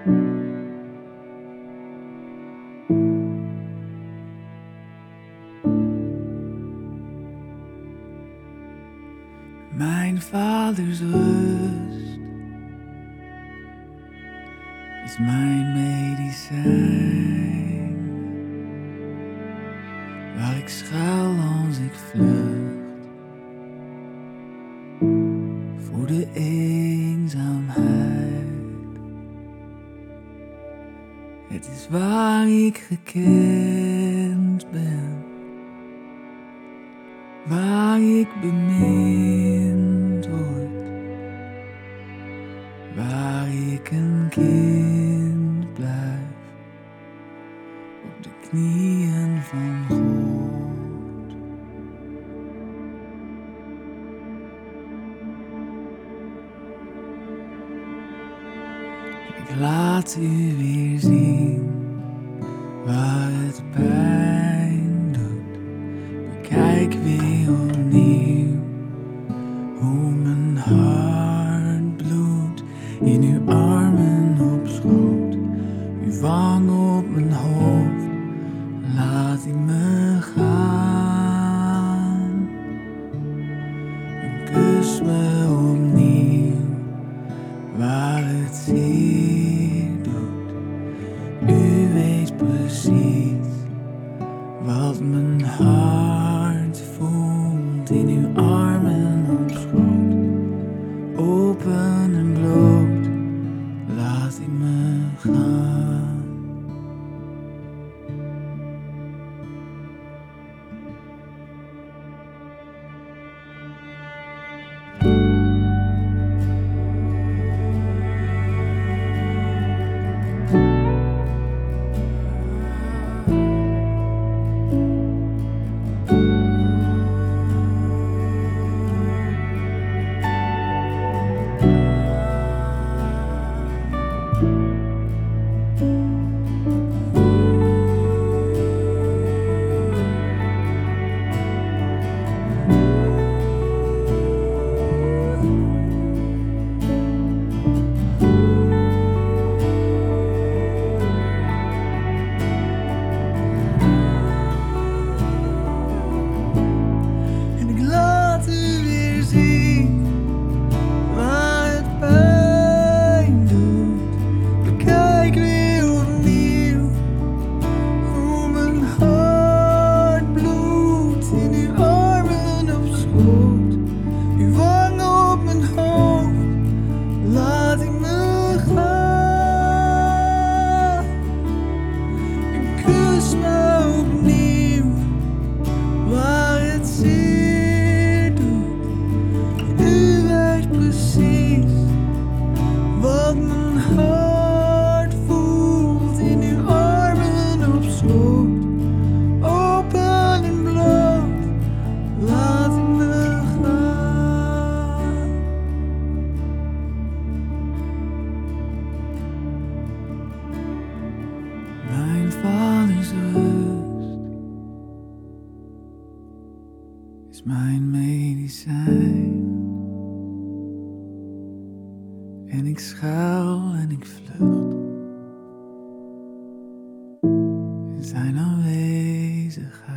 Mijn vaders rust is mijn medicijn, waar ik schuil als ik vlucht voor de eenzaamheid. Het is waar ik gekend ben, waar ik bemind word, waar ik een kind blijf op de knieën van God. Ik laat u weer zien waar het pijn doet. Bekijk weer opnieuw hoe mijn hart bloedt. In uw armen op schoot, uw wang op mijn hoofd, laat ik me gaan. En kus me opnieuw waar het zeer doet. U weet precies wat mijn hart voelt. In uw armen op schoot, open en bloot, laat ik me gaan. Mijn vaders rust is mijn medicijn. En ik schuil en ik vlucht in zijn aanwezigheid.